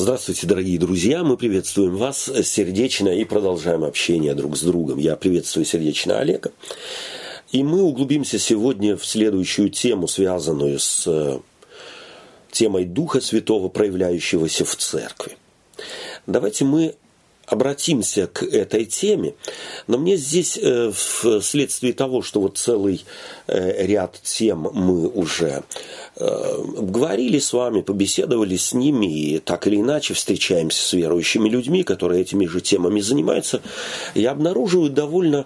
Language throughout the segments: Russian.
Здравствуйте, дорогие друзья, мы приветствуем вас сердечно и продолжаем общение друг с другом. Я приветствую сердечно Олега. И мы углубимся сегодня в следующую тему, связанную с темой Духа Святого, проявляющегося в Церкви. Давайте мы обратимся к этой теме, но мне здесь, вследствие того, что вот целый ряд тем мы уже говорили с вами, побеседовали с ними и так или иначе встречаемся с верующими людьми, которые этими же темами занимаются, я обнаруживаю довольно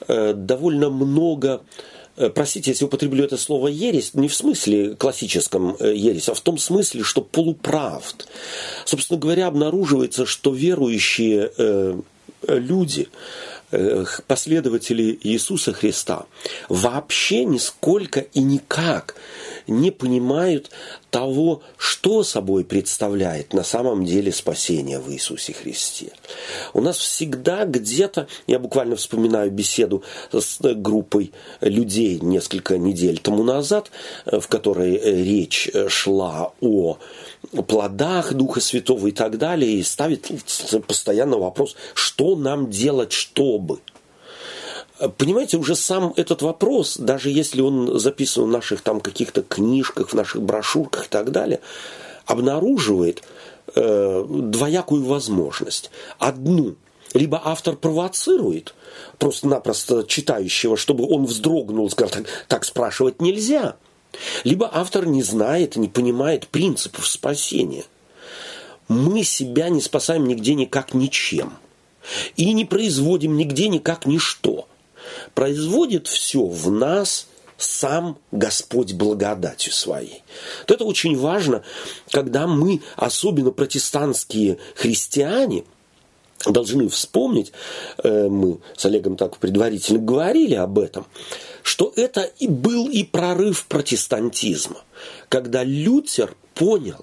много. Простите, если употреблю это слово «ересь», не в смысле классическом ересь, а в том смысле, что полуправд. Собственно говоря, обнаруживается, что верующие люди, последователи Иисуса Христа, вообще нисколько и никак не понимают того, что собой представляет на самом деле спасение в Иисусе Христе. У нас всегда где-то, я буквально вспоминаю беседу с группой людей несколько недель тому назад, в которой речь шла о плодах Духа Святого и так далее, и ставит постоянно вопрос, что нам делать, чтобы. Понимаете, уже сам этот вопрос, даже если он записан в наших там каких-то книжках, в наших брошюрках и так далее, обнаруживает двоякую возможность. Одну, либо автор провоцирует просто-напросто читающего, чтобы он вздрогнул и сказал, так спрашивать нельзя. Либо автор не знает, не понимает принципов спасения. Мы себя не спасаем нигде никак ничем. И не производим нигде никак ничто. Производит все в нас сам Господь благодатью своей. Вот это очень важно, когда мы, особенно протестантские христиане, должны вспомнить, мы с Олегом так предварительно говорили об этом, что это и был и прорыв протестантизма, когда Лютер понял,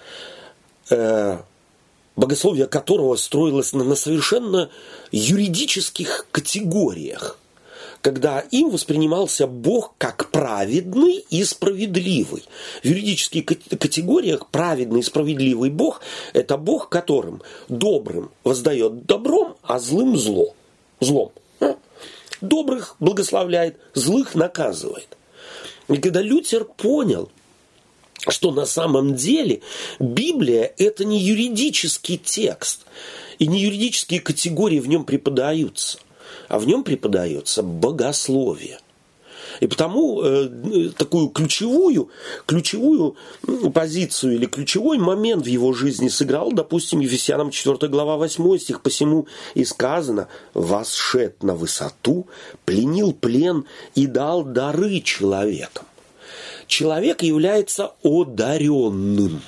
богословие которого строилось на совершенно юридических категориях, когда им воспринимался Бог как праведный и справедливый. В юридических категориях праведный и справедливый Бог – это Бог, которым добрым воздает добром, а злым злом. Добрых благословляет, злых наказывает. И когда Лютер понял, что на самом деле Библия – это не юридический текст, и не юридические категории в нем преподаются, а в нем преподается богословие. И потому такую ключевую позицию или ключевой момент в его жизни сыграл, допустим, Ефесянам 4 глава 8 стих, посему и сказано, «Восшед на высоту, пленил плен и дал дары человекам». Человек является одаренным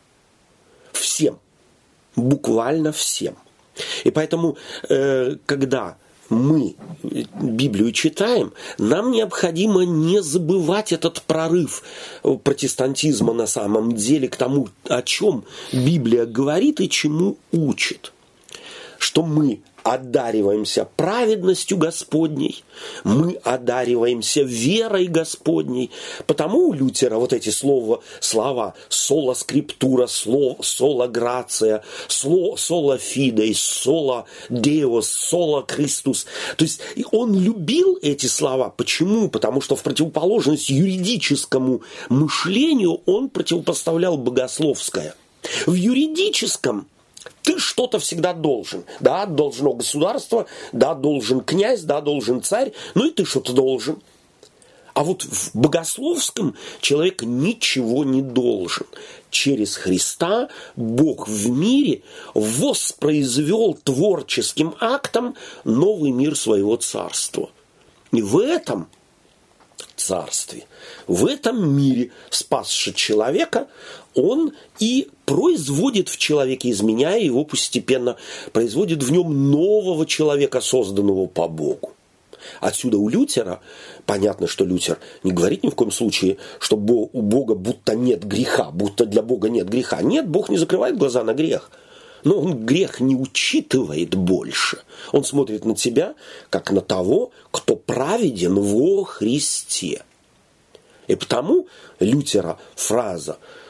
всем, буквально всем. И поэтому, когда мы Библию читаем, нам необходимо не забывать этот прорыв протестантизма на самом деле к тому, о чем Библия говорит и чему учит. Что мы одариваемся праведностью Господней, мы одариваемся верой Господней. Потому у Лютера вот эти слова «сола скриптура», «сола грация», «сола фидей», «сола деос», «сола Христус». То есть он любил эти слова. Почему? Потому что в противоположность юридическому мышлению он противопоставлял богословское. В юридическом ты что-то всегда должен. Да, должно государство, да, должен князь, да, должен царь, ну и ты что-то должен. А вот в богословском человек ничего не должен. Через Христа Бог в мире воспроизвел творческим актом новый мир своего царства. И в этом царстве, в этом мире, спасший человека, он и производит в человеке, изменяя его постепенно, производит в нем нового человека, созданного по Богу. Отсюда у Лютера, понятно, что Лютер не говорит ни в коем случае, что у Бога будто нет греха, будто для Бога нет греха. Нет, Бог не закрывает глаза на грех. Но он грех не учитывает больше. Он смотрит на тебя, как на того, кто праведен во Христе. И потому Лютера фраза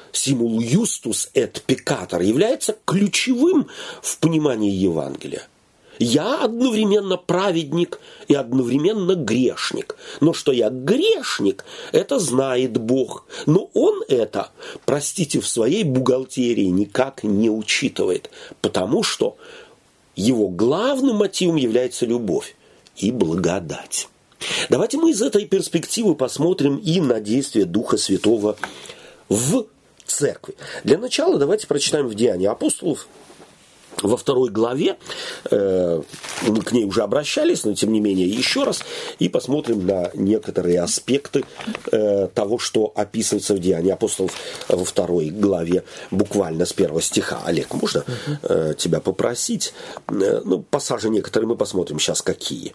симул юстус эт пекатор, является ключевым в понимании Евангелия. Я одновременно праведник и одновременно грешник. Но что я грешник, это знает Бог. Но Он это, простите, в своей бухгалтерии никак не учитывает. Потому что его главным мотивом является любовь и благодать. Давайте мы из этой перспективы посмотрим и на действие Духа Святого в церкви. Для начала давайте прочитаем в Деянии апостолов во 2 главе. Мы к ней уже обращались, но тем не менее еще раз. И посмотрим на некоторые аспекты того, что описывается в Деянии апостолов во 2 главе, буквально с 1 стиха. Олег, можно тебя попросить? Пассажи некоторые мы посмотрим сейчас какие.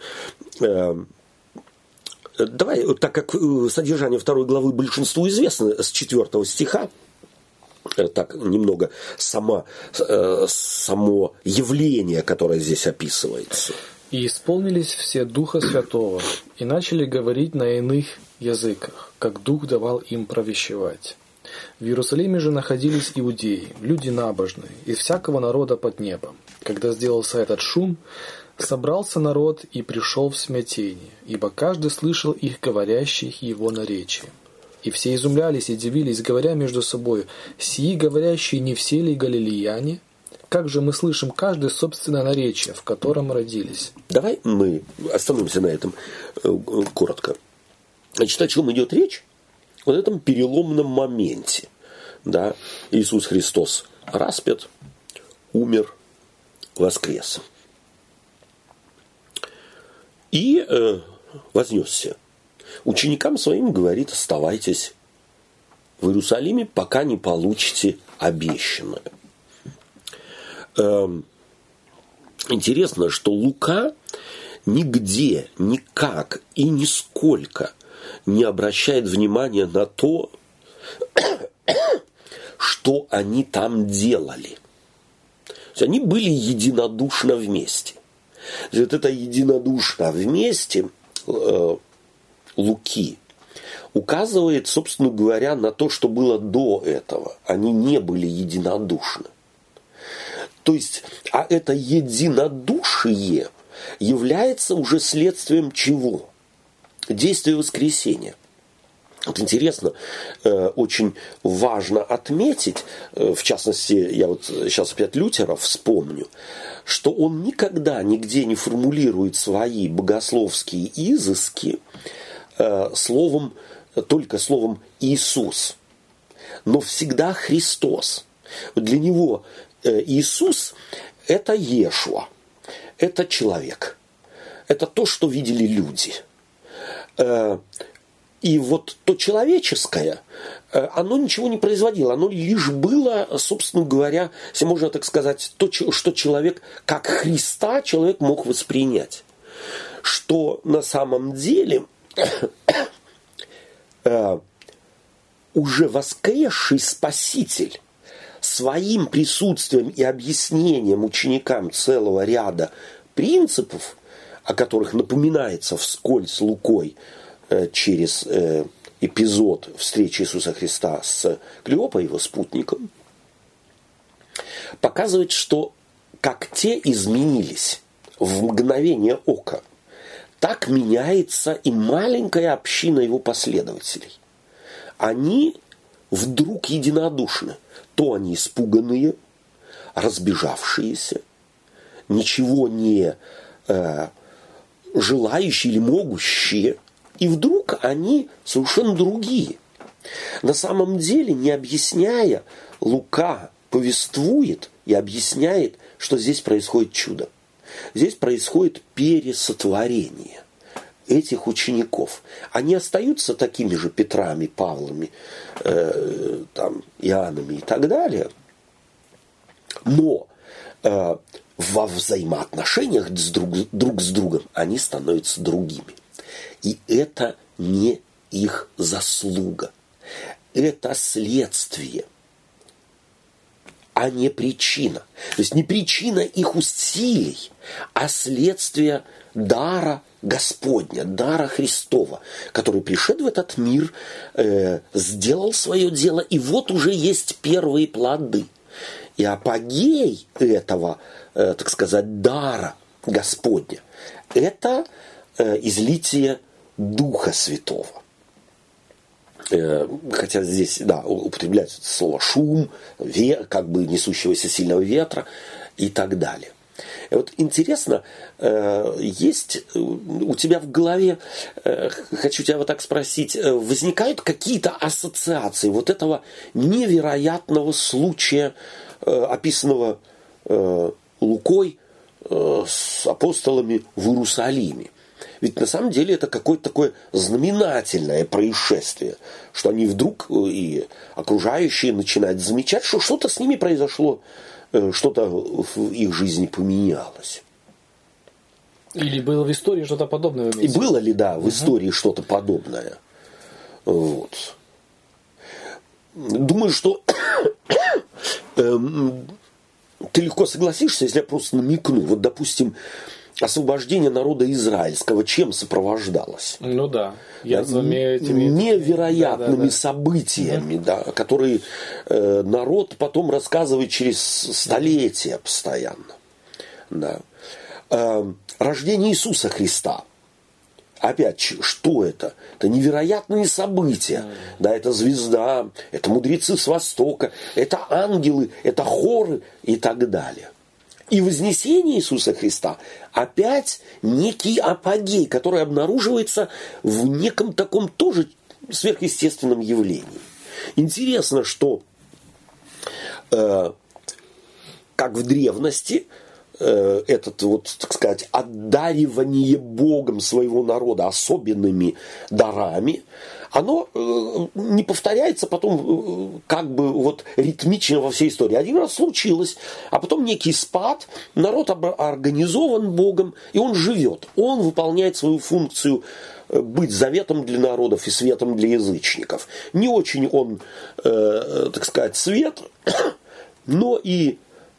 Давай, так как содержание 2 главы большинству известно с 4 стиха, так немного само явление, которое здесь описывается. «И исполнились все Духа Святого, и начали говорить на иных языках, как Дух давал им провещевать. В Иерусалиме же находились иудеи, люди набожные, из всякого народа под небом. Когда сделался этот шум, собрался народ и пришел в смятение, ибо каждый слышал их говорящих его наречием. И все изумлялись и дивились, говоря между собой: сии говорящие не все ли галилеяне? Как же мы слышим каждое собственное наречие, в котором родились?» Давай мы остановимся на этом коротко. Значит, о чем идет речь? Вот этом переломном моменте. Да? Иисус Христос распят, умер, воскрес. И вознесся. Ученикам своим говорит: оставайтесь в Иерусалиме, пока не получите обещанное. Интересно, что Лука нигде, никак и нисколько не обращает внимания на то, что они там делали. То есть они были единодушно вместе. Вот это единодушно вместе Луки указывает, собственно говоря, на то, что было до этого. Они не были единодушны. То есть, а это единодушие является уже следствием чего? Действия воскресения. Вот интересно, очень важно отметить, в частности, я вот сейчас опять Лютера вспомню, что он никогда нигде не формулирует свои богословские изыски только словом «Иисус», но всегда «Христос». Для него Иисус – это Иешуа, это человек, это то, что видели люди. И вот то человеческое, оно ничего не производило, оно лишь было, собственно говоря, если можно так сказать, то, что человек, как Христа, человек мог воспринять. Что на самом деле уже воскресший Спаситель своим присутствием и объяснением ученикам целого ряда принципов, о которых напоминается вскользь Лукой через эпизод встречи Иисуса Христа с Клеопой, его спутником, показывает, что как те изменились в мгновение ока, так меняется и маленькая община его последователей. Они вдруг единодушны. То они испуганные, разбежавшиеся, ничего не желающие или могущие, и вдруг они совершенно другие. На самом деле, не объясняя, Лука повествует и объясняет, что здесь происходит чудо. Здесь происходит пересотворение этих учеников. Они остаются такими же Петрами, Павлами, Иоаннами и так далее, но во взаимоотношениях друг с другом они становятся другими. И это не их заслуга. Это следствие, а не причина. То есть не причина их усилий, а следствие дара Господня, дара Христова, который пришед в этот мир, сделал свое дело, и вот уже есть первые плоды. И апогей этого, так сказать, дара Господня, это излитие Духа Святого. Хотя здесь, да, употребляется слово шум, как бы несущегося сильного ветра и так далее. И вот интересно, есть у тебя в голове, хочу тебя вот так спросить, возникают какие-то ассоциации вот этого невероятного случая, описанного Лукой с апостолами в Иерусалиме? Ведь на самом деле это какое-то такое знаменательное происшествие, что они вдруг и окружающие начинают замечать, что что-то с ними произошло, что-то в их жизни поменялось. Или было в истории что-то подобное? И было ли, да, в истории что-то подобное? Вот. Думаю, что ты легко согласишься, если я просто намекну. Вот, допустим, освобождение народа израильского чем сопровождалось? Ну да. Невероятными событиями, да, которые народ потом рассказывает через столетия постоянно. Да. Рождение Иисуса Христа. Опять, что это? Это невероятные события. Да, это звезда, это мудрецы с Востока, это ангелы, это хоры и так далее. И вознесение Иисуса Христа опять некий апогей, который обнаруживается в неком таком тоже сверхъестественном явлении. Интересно, что как в древности этот, вот, так сказать, одаривание Богом своего народа особенными дарами, оно не повторяется потом как бы вот ритмично во всей истории. Один раз случилось, а потом некий спад, народ организован Богом, и он живет. Он выполняет свою функцию быть заветом для народов и светом для язычников. Не очень он, так сказать, свет, но и...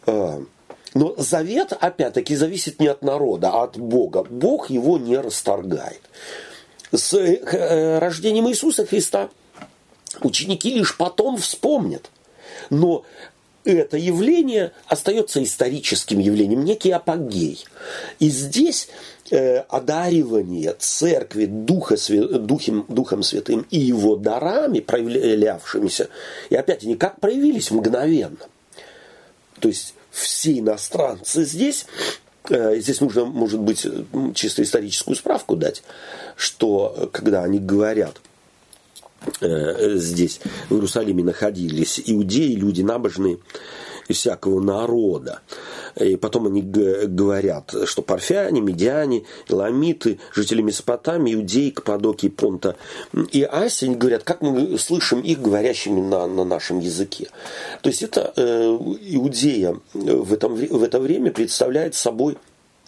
Но завет, опять-таки, зависит не от народа, а от Бога. Бог его не расторгает. С рождением Иисуса Христа ученики лишь потом вспомнят. Но это явление остается историческим явлением, некий апогей. И здесь одаривание церкви Духом Святым и его дарами, проявлявшимися, и опять они как проявились мгновенно. То есть все иностранцы здесь нужно, может быть, чисто историческую справку дать, что когда они говорят, здесь в Иерусалиме находились иудеи, люди набожные из всякого народа. И потом они говорят, что парфяне, медиане, эламиты, жители Месопотамии, иудеи, Каппадокии, Понта и Асии, они говорят, как мы слышим их говорящими на нашем языке. То есть это Иудея в это время представляет собой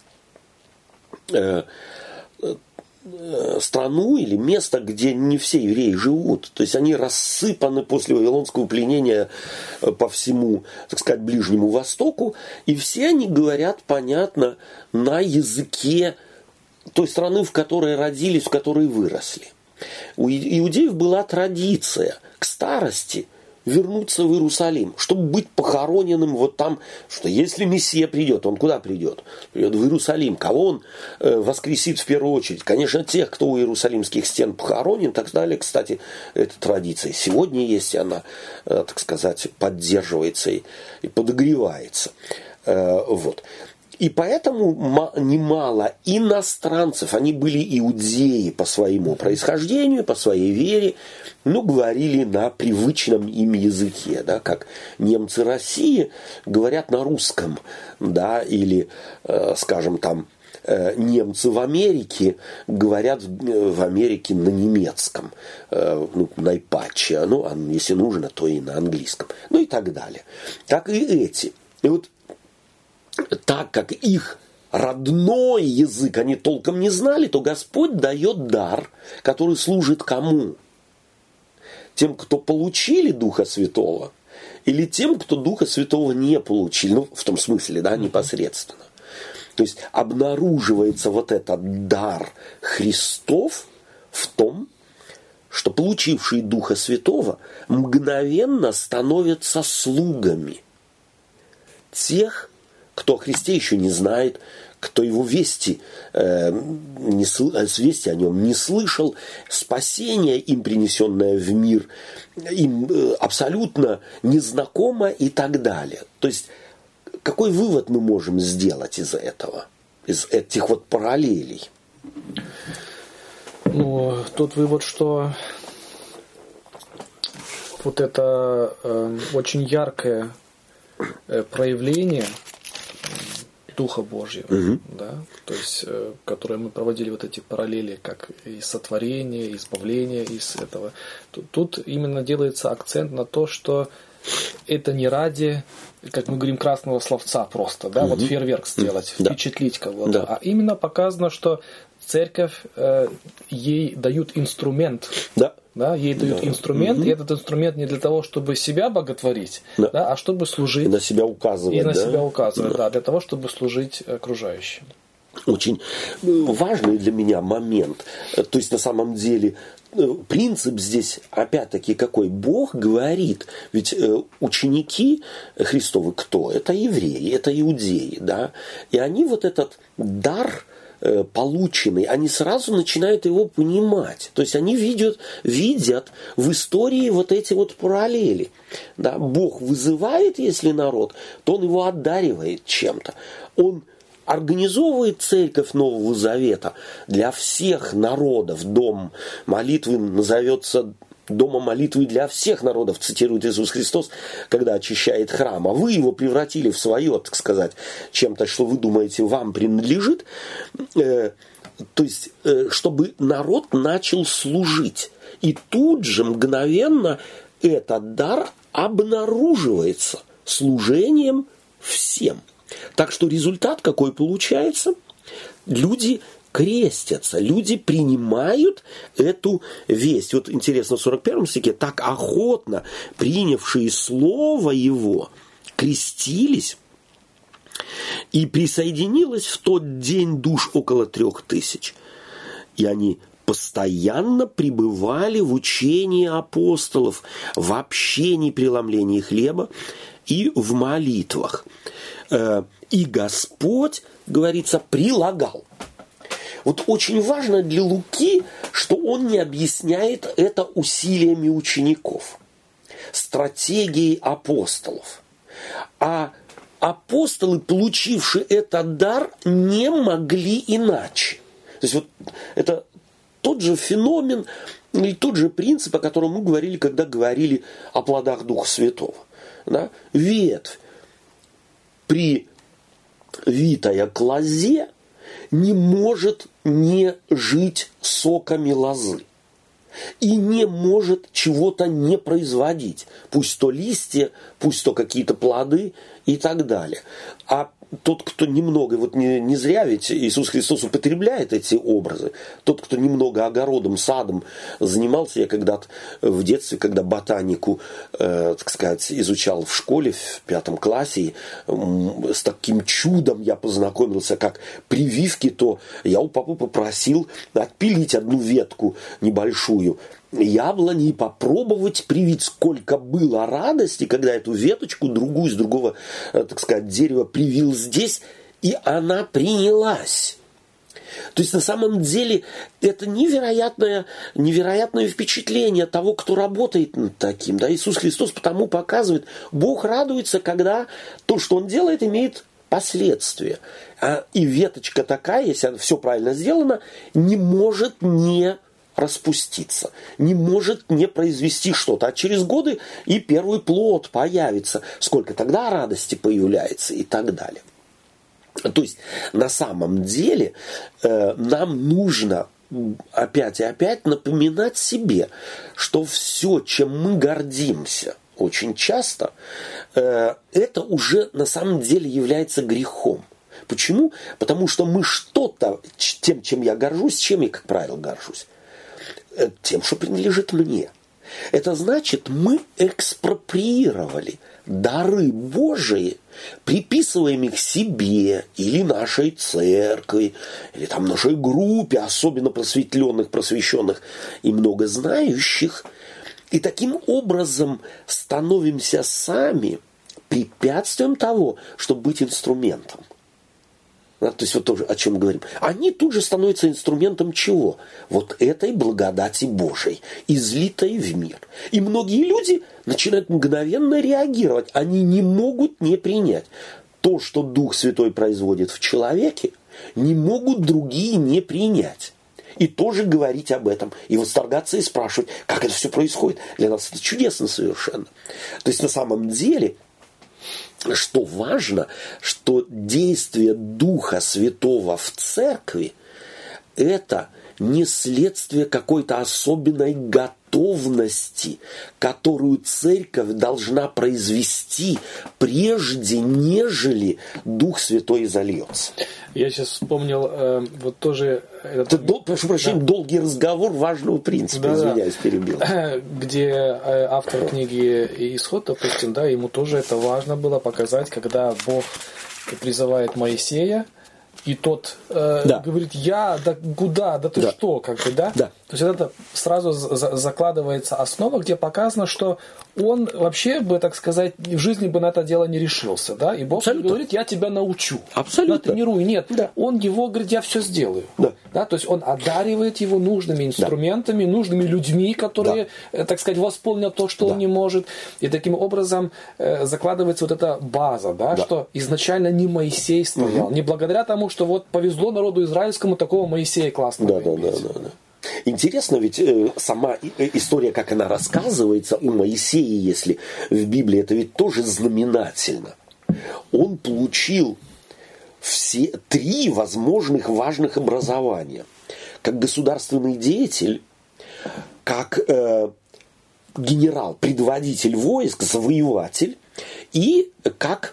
страну или место, где не все евреи живут. То есть они рассыпаны после вавилонского пленения по всему, так сказать, Ближнему Востоку, и все они говорят, понятно, на языке той страны, в которой родились, в которой выросли. У иудеев была традиция к старости вернуться в Иерусалим, чтобы быть похороненным вот там, что если Мессия придет, он куда придет? Придет в Иерусалим. Кого он воскресит в первую очередь? Конечно, тех, кто у иерусалимских стен похоронен, так далее. Кстати, эта традиция сегодня есть, она, так сказать, поддерживается и подогревается. Вот. И поэтому немало иностранцев, они были иудеи по своему происхождению, по своей вере, но говорили на привычном им языке, да, как немцы России говорят на русском, да, или, скажем, там, немцы в Америке говорят в Америке на немецком, найпатче, если нужно, то и на английском, и так далее. Так и эти. И вот так как их родной язык они толком не знали, то Господь дает дар, который служит кому? Тем, кто получили Духа Святого, или тем, кто Духа Святого не получили? В том смысле, да, непосредственно. То есть обнаруживается вот этот дар Христов в том, что получившие Духа Святого мгновенно становятся слугами тех, кто о Христе еще не знает, кто его вести о нем не слышал, спасение им, принесенное в мир, им абсолютно незнакомо и так далее. То есть, какой вывод мы можем сделать из этого, из этих вот параллелей? Ну, тот вывод, что вот это очень яркое проявление Духа Божьего, да, то есть, которое мы проводили вот эти параллели, как и сотворение, и избавление из этого. Тут именно делается акцент на то, что это не ради, как мы говорим, красного словца просто, да, вот фейерверк сделать, впечатлить кого-то, а именно показано, что церковь, ей дают инструмент, ей дают инструмент, и этот инструмент не для того, чтобы себя боготворить, а чтобы служить. И на себя указывать. И на себя указывать, для того, чтобы служить окружающим. Очень важный для меня момент. То есть, на самом деле, принцип здесь, опять-таки, какой? Бог говорит, ведь ученики Христовы кто? Это евреи, это иудеи, да? И они вот этот дар полученный, они сразу начинают его понимать. То есть они видят в истории вот эти вот параллели. Да? Бог вызывает, если народ, то он его одаривает чем-то. Он организовывает церковь Нового Завета для всех народов. Дом молитвы назовется Домом молитвы для всех народов, цитирует Иисус Христос, когда очищает храм. А вы его превратили в свое, так сказать, чем-то, что вы думаете, вам принадлежит. То есть, чтобы народ начал служить. И тут же мгновенно этот дар обнаруживается служением всем. Так что результат какой получается? Люди крестятся, люди принимают эту весть. Вот интересно, в 41 стихе, так охотно принявшие слово его крестились, и присоединилось в тот день душ около 3000. И они постоянно пребывали в учении апостолов, в общении, преломлении хлеба и в молитвах. И Господь, говорится, прилагал. Вот очень важно для Луки, что он не объясняет это усилиями учеников, стратегией апостолов. А апостолы, получившие этот дар, не могли иначе. То есть вот это тот же феномен или тот же принцип, о котором мы говорили, когда говорили о плодах Духа Святого. Да? Ветвь, привитая к лозе, не может не жить соками лозы и не может чего-то не производить. Пусть то листья, пусть то какие-то плоды и так далее. А тот, кто немного, вот не зря ведь Иисус Христос употребляет эти образы, тот, кто немного огородом, садом занимался, я когда-то в детстве, когда ботанику, так сказать, изучал в школе в 5 классе, с таким чудом я познакомился, как прививки, то я у папы попросил отпилить одну ветку небольшую яблони и попробовать привить, сколько было радости, когда эту веточку другую с другого, так сказать, дерева привил здесь, и она принялась. То есть на самом деле это невероятное впечатление того, кто работает над таким. Да? Иисус Христос потому показывает, Бог радуется, когда то, что Он делает, имеет последствия. И веточка такая, если все правильно сделано, не может не распуститься, не может не произвести что-то. А через годы и первый плод появится. Сколько тогда радости появляется и так далее. То есть на самом деле нам нужно опять и опять напоминать себе, что все, чем мы гордимся очень часто, это уже на самом деле является грехом. Почему? Потому что мы что-то, тем, чем я горжусь, чем я, как правило, горжусь? Тем, что принадлежит мне. Это значит, мы экспроприировали дары Божии, приписываем их себе или нашей церкви, или там нашей группе особенно просветленных, просвещенных и многознающих, и таким образом становимся сами препятствием того, чтобы быть инструментом. Да, то есть вот тоже о чем мы говорим. Они тут же становятся инструментом чего? Вот этой благодати Божией, излитой в мир. И многие люди начинают мгновенно реагировать. Они не могут не принять. То, что Дух Святой производит в человеке, не могут другие не принять. И тоже говорить об этом, и восторгаться, и спрашивать, как это все происходит. Для нас это чудесно совершенно. То есть на самом деле... Что важно, что действие Духа Святого в церкви – это не следствие какой-то особенной готовности, которую церковь должна произвести, прежде нежели Дух Святой изольется. Я сейчас вспомнил вот тоже... Прошу прощения, долгий разговор важного принципа, извиняюсь, перебил. Где автор книги «Исход», допустим, да, ему тоже это важно было показать, когда Бог призывает Моисея, и тот говорит, да куда, да ты что, как бы, да? То есть это сразу закладывается основа, где показано, что он вообще бы, так сказать, в жизни бы на это дело не решился, да? И Бог говорит, я тебя научу, натренируй. Нет, он его говорит, я все сделаю. Да? То есть он одаривает его нужными инструментами, нужными людьми, которые, так сказать, восполнят то, что он не может. И таким образом закладывается вот эта база, что изначально не Моисей стоял, не благодаря тому, что вот повезло народу израильскому такого Моисея классного иметь. Интересно, ведь сама история, как она рассказывается у Моисея, если в Библии, это ведь тоже знаменательно. Он получил все 3 возможных важных образования. Как государственный деятель, как генерал, предводитель войск, завоеватель и как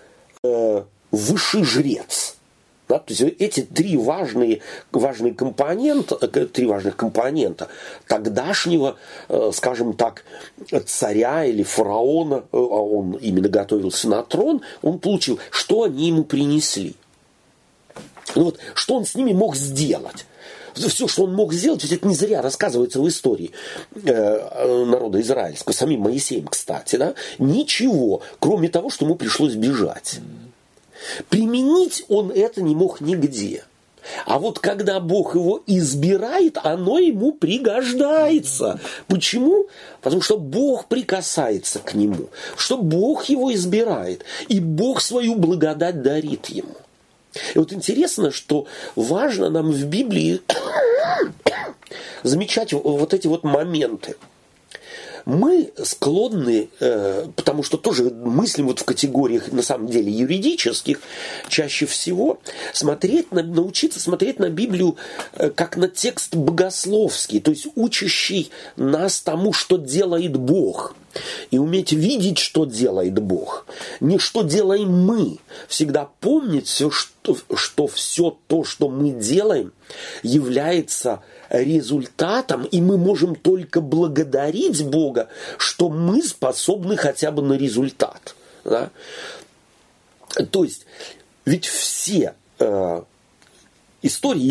высший жрец. Да, то есть эти 3 важных компонента тогдашнего, скажем так, царя или фараона, а он именно готовился на трон, он получил, что они ему принесли. Ну вот, что он с ними мог сделать? Все, что он мог сделать, ведь это не зря рассказывается в истории народа израильского, самим Моисеем, кстати, да? Ничего, кроме того, что ему пришлось бежать. Применить он это не мог нигде. А вот когда Бог его избирает, оно ему пригождается. Почему? Потому что Бог прикасается к нему, что Бог его избирает, и Бог свою благодать дарит ему. И вот интересно, что важно нам в Библии замечать вот эти вот моменты. Мы склонны, потому что тоже мыслим вот в категориях, на самом деле, юридических, чаще всего научиться смотреть на Библию как на текст богословский, то есть учащий нас тому, что делает Бог. И уметь видеть, что делает Бог. Не что делаем мы. Всегда помнить, что все то, что мы делаем, является результатом, и мы можем только благодарить Бога, что мы способны хотя бы на результат. Да? То есть, ведь все истории,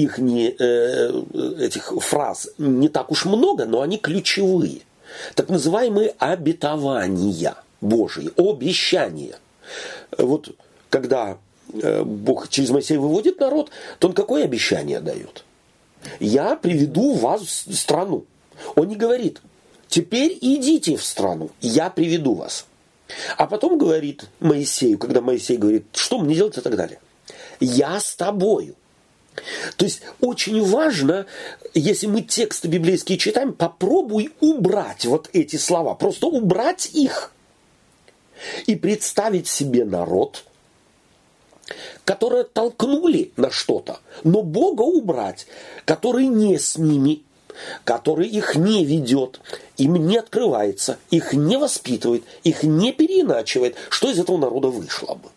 этих фраз не так уж много, но они ключевые. Так называемые обетования Божьи, обещания. Вот когда Бог через Моисея выводит народ, то он какое обещание дает? Я приведу вас в страну. Он не говорит, теперь идите в страну, я приведу вас. А потом говорит Моисею, когда Моисей говорит, что мне делать и так далее. Я с тобою. То есть очень важно, если мы тексты библейские читаем, попробуй убрать вот эти слова, просто убрать их и представить себе народ, которые толкнули на что-то, но Бога убрать, который не с ними, который их не ведет, им не открывается, их не воспитывает, их не переиначивает. Что из этого народа вышло бы?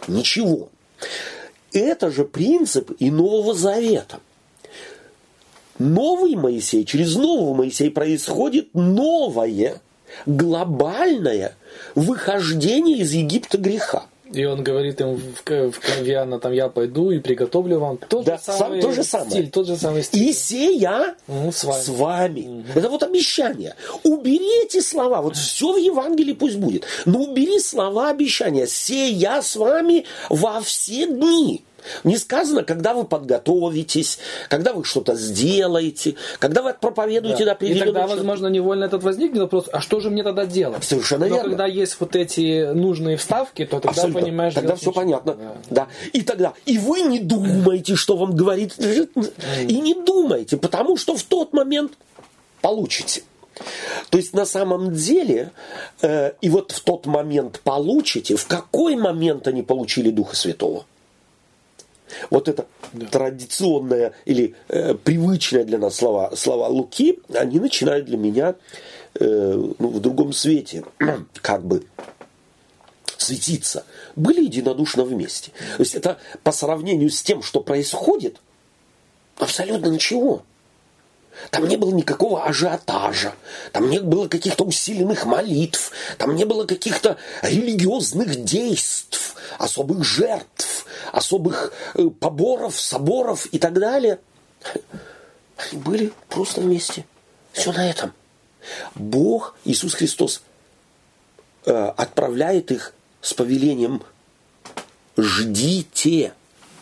Ничего. Это же принцип и Нового Завета. новый Моисей, через нового Моисея происходит новое, глобальное выхождение из Египта греха. И он говорит им в Иоанна, там, я пойду и приготовлю вам тот же самый стиль. И сея с вами. Это вот обещание. Убери эти слова. Вот все в Евангелии пусть будет. Но убери слова обещания. Сея с вами во все дни. Не сказано, когда вы подготовитесь, когда вы что-то сделаете, когда вы проповедуете на определенном. И тогда, возможно, невольно этот возникнет вопрос, а что же мне тогда делать? Совершенно верно. Но когда есть вот эти нужные вставки, то тогда понимаешь... Тогда все понятно. Да. И тогда, и вы не думаете, что вам говорит, и не думаете, потому что в тот момент получите. То есть на самом деле, и вот в тот момент получите, в какой момент они получили Духа Святого? Вот это традиционное или привычное для нас слова Луки, они начинают для меня в другом свете как бы светиться. Были единодушно вместе. То есть это по сравнению с тем, что происходит, абсолютно ничего. Там не было никакого ажиотажа, там не было каких-то усиленных молитв, там не было каких-то религиозных действий, особых жертв, особых поборов, соборов и так далее. Они были просто вместе. Все на этом. Бог, Иисус Христос, отправляет их с повелением «ждите».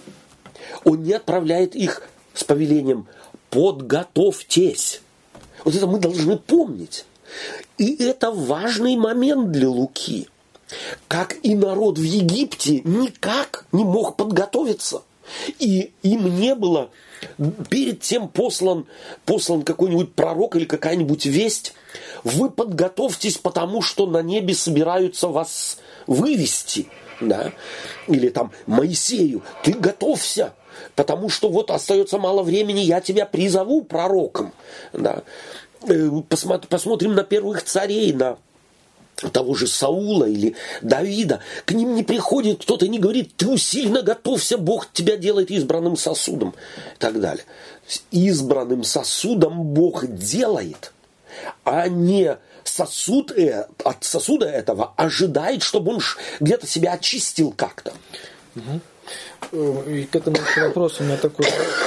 Он не отправляет их с повелением «подготовьтесь». Вот это мы должны помнить. И это важный момент для Луки. Как и народ в Египте никак не мог подготовиться. И им не было перед тем послан какой-нибудь пророк или какая-нибудь весть. Вы подготовьтесь, потому что на небе собираются вас вывести. Да? Или там Моисею, ты готовься, потому что вот остается мало времени, я тебя призову пророком. Да? Посмотрим на первых царей, на того же Саула или Давида. К ним не приходит кто-то и не говорит, ты усиленно готовься, Бог тебя делает избранным сосудом. И так далее. Избранным сосудом Бог делает, а не от сосуда этого ожидает, чтобы он где-то себя очистил как-то. И к этому еще вопрос у меня такой.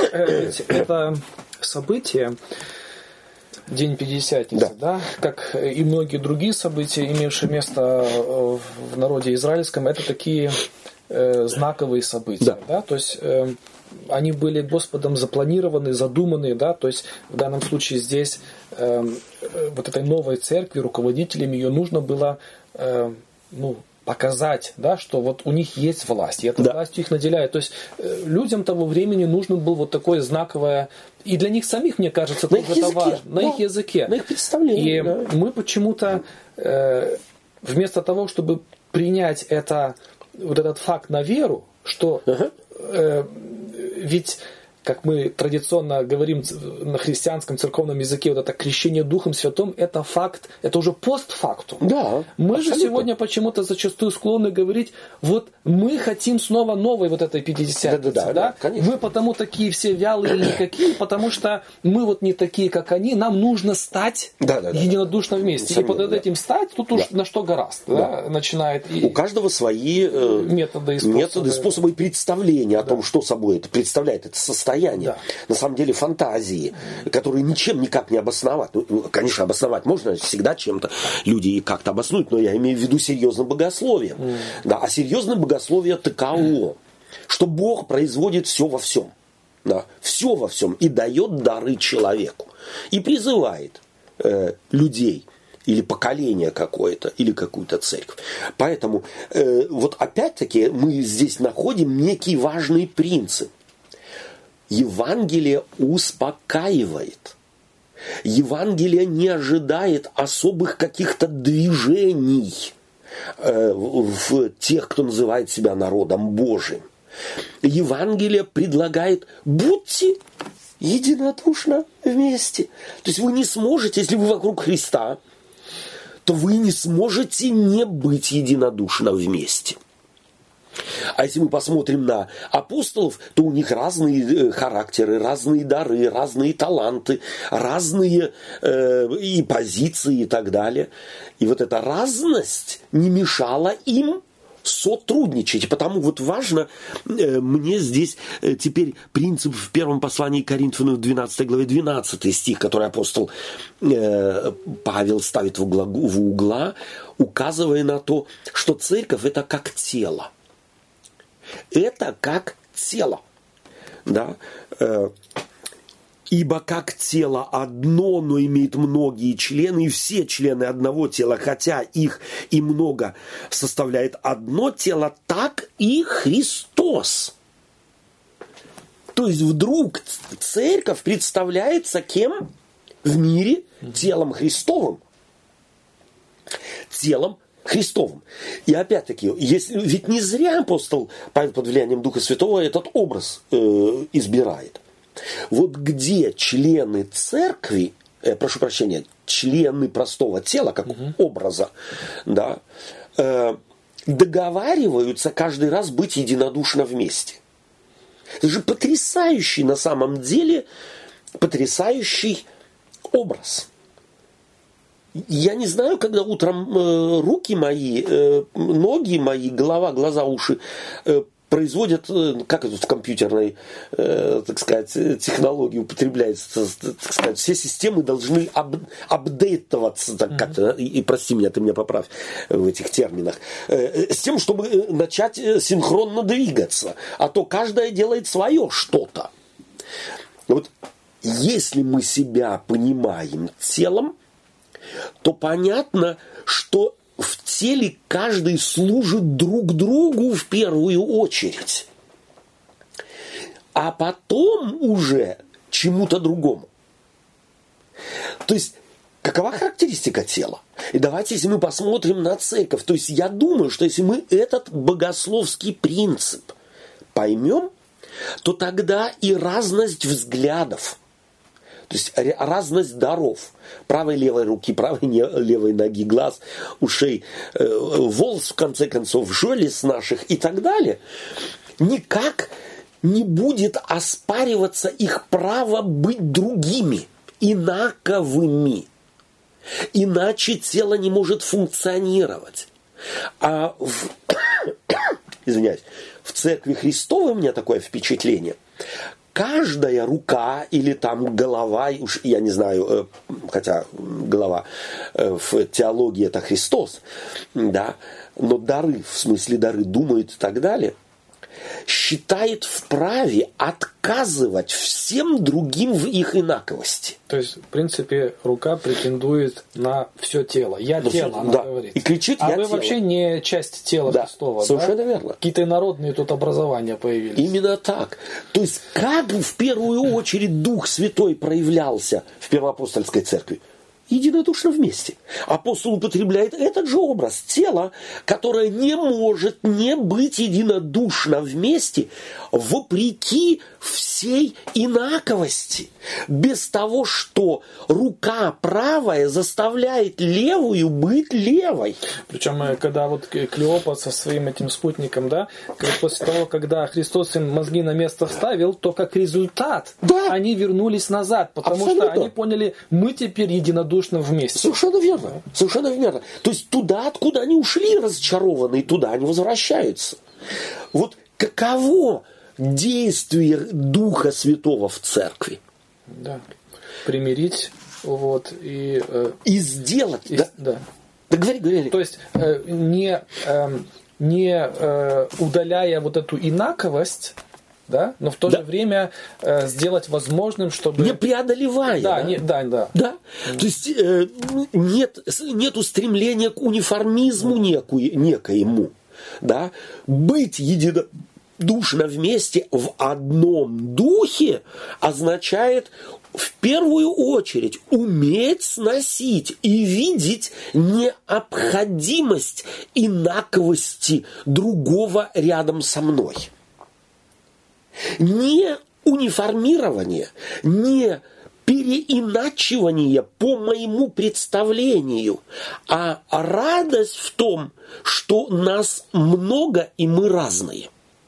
Это событие, День Пятидесятницы, да, как и многие другие события, имевшие место в народе израильском, это такие знаковые события, да, то есть они были Господом запланированы, задуманы, да, то есть в данном случае здесь вот этой новой церкви, руководителям ее нужно было, показать, да, что вот у них есть власть, и эта власть их наделяет. То есть людям того времени нужно было вот такое знаковое, и для них самих, мне кажется, тоже это важно, на их языке. На их представлении. И мы почему-то вместо того, чтобы принять вот этот факт на веру, что ведь как мы традиционно говорим на христианском церковном языке, вот это крещение Духом Святым, это факт, это уже постфактум. Да, мы абсолютно. Же сегодня почему-то зачастую склонны говорить, вот мы хотим снова новой вот этой Пятидесятницы, да? Мы потому такие все вялые и никакие, потому что мы вот не такие, как они, нам нужно стать единодушно вместе. И под этим стать, тут уж на что гораст, начинает. У каждого свои методы и способы представления о том, что собой это представляет, это состояние. На самом деле фантазии, которые ничем никак не обосновать. Ну, конечно, обосновать можно всегда чем-то. Люди как-то обоснуют, но я имею в виду серьезным богословием. Да, а серьезное богословие таково, что Бог производит все во всем. Да, все во всем. И дает дары человеку. И призывает людей или поколение какое-то, или какую-то церковь. Поэтому вот опять-таки мы здесь находим некий важный принцип. Евангелие успокаивает. Евангелие не ожидает особых каких-то движений в тех, кто называет себя народом Божиим. Евангелие предлагает: будьте единодушно вместе. То есть вы не сможете, если вы вокруг Христа, то вы не сможете не быть единодушно вместе. А если мы посмотрим на апостолов, то у них разные характеры, разные дары, разные таланты, разные и позиции и так далее. И вот эта разность не мешала им сотрудничать. И потому вот важно мне здесь теперь принцип в первом послании к Коринфянам в 12 главе 12 стих, который апостол Павел ставит в угла, указывая на то, что церковь это как тело. Это как тело. Да? Ибо как тело одно, но имеет многие члены, и все члены одного тела, хотя их и много составляет одно тело, так и Христос. То есть вдруг церковь представляется кем в мире? Телом Христовым. Телом Христовым. И опять-таки, ведь не зря апостол Павел под влиянием Духа Святого этот образ избирает. Вот где члены церкви, прошу прощения, члены простого тела, как образа, да, договариваются каждый раз быть единодушно вместе. Это же потрясающий на самом деле, потрясающий образ. Я не знаю, когда утром руки мои, ноги мои, голова, глаза, уши производят, как это в компьютерной, так сказать, технологии употребляется, так сказать, все системы должны апдейтоваться, так как-то, и прости меня, ты меня поправь в этих терминах, с тем, чтобы начать синхронно двигаться, а то каждая делает свое что-то. Вот если мы себя понимаем телом, то понятно, что в теле каждый служит друг другу в первую очередь, а потом уже чему-то другому. То есть, какова характеристика тела? И давайте, если мы посмотрим на церковь, то есть я думаю, что если мы этот богословский принцип поймем, то тогда и разность взглядов, то есть разность даров, правой и левой руки, правой и левой ноги, глаз, ушей, волос, в конце концов, желез наших и так далее, никак не будет оспариваться их право быть другими, инаковыми. Иначе тело не может функционировать. А извиняюсь, в Церкви Христовой у меня такое впечатление. Каждая рука или там голова, уж я не знаю, хотя голова в теологии это Христос, да, но дары, в смысле дары, думают и так далее, считает вправе отказывать всем другим в их инаковости. То есть, в принципе, рука претендует на все тело. Я тело, она говорит. И кричит, а я вы тело. вообще не часть тела Христова. Совершенно верно. Какие-то инородные тут образования появились. Именно так. То есть, как в первую очередь Дух Святой проявлялся в Первоапостольской церкви? Единодушно вместе. Апостол употребляет этот же образ тела, которое не может не быть единодушно вместе, вопреки всей инаковости. Без того, что рука правая заставляет левую быть левой. Причем, когда вот Клеопа со своим этим спутником, да, после того, когда Христос им мозги на место вставил, то как результат они вернулись назад, потому что они поняли, мы теперь единодушно вместе. Совершенно верно. Совершенно верно. То есть туда, откуда они ушли разочарованные, туда они возвращаются. Вот каково действие Духа Святого в церкви? Да. Примирить, вот, и сделать. Да. Да говори. То есть не удаляя вот эту инаковость, да, но в то же время сделать возможным, чтобы... Не преодолевая. Да. То есть нет устремления к униформизму некоему. Да? Быть единодушно вместе в одном духе означает в первую очередь уметь сносить и видеть необходимость инаковости другого рядом со мной. Не униформирование, не переиначивание по моему представлению, а радость в том, что нас много и мы разные.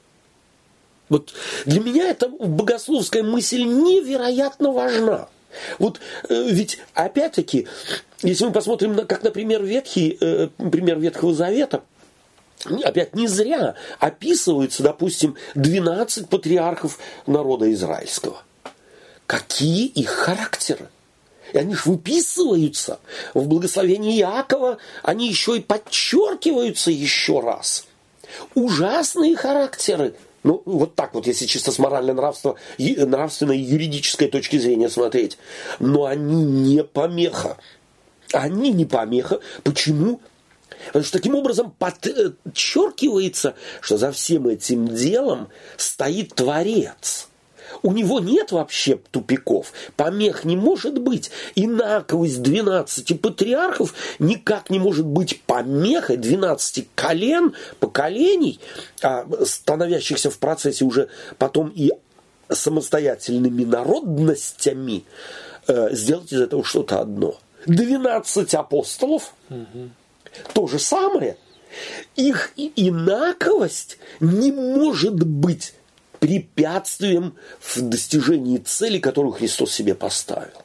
Вот для меня эта богословская мысль невероятно важна. Вот ведь, опять-таки, если мы посмотрим, как, например, пример Ветхого Завета, опять не зря описываются, допустим, 12 патриархов народа израильского. Какие их характеры? И они же выписываются в благословении Иакова, они еще и подчеркиваются еще раз. Ужасные характеры. Ну, вот так вот, если чисто с нравственной и юридической точки зрения смотреть. Но они не помеха. Они не помеха. Почему? Потому что таким образом подчеркивается, что за всем этим делом стоит Творец. У него нет вообще тупиков, помех не может быть. Инаковость 12 патриархов никак не может быть помехой 12 поколений, становящихся в процессе уже потом и самостоятельными народностями, сделать из этого что-то одно. 12 апостолов, то же самое. Их инаковость не может быть препятствием в достижении цели, которую Христос себе поставил.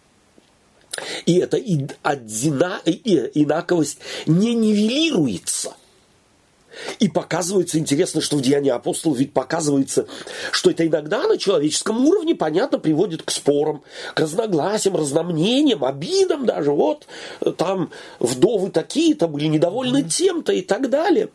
И эта инаковость не нивелируется. И показывается, интересно, что в Деянии апостолов ведь показывается, что это иногда на человеческом уровне, понятно, приводит к спорам, к разногласиям, разномнениям, обидам даже. Вот там вдовы такие-то были недовольны тем-то и так далее.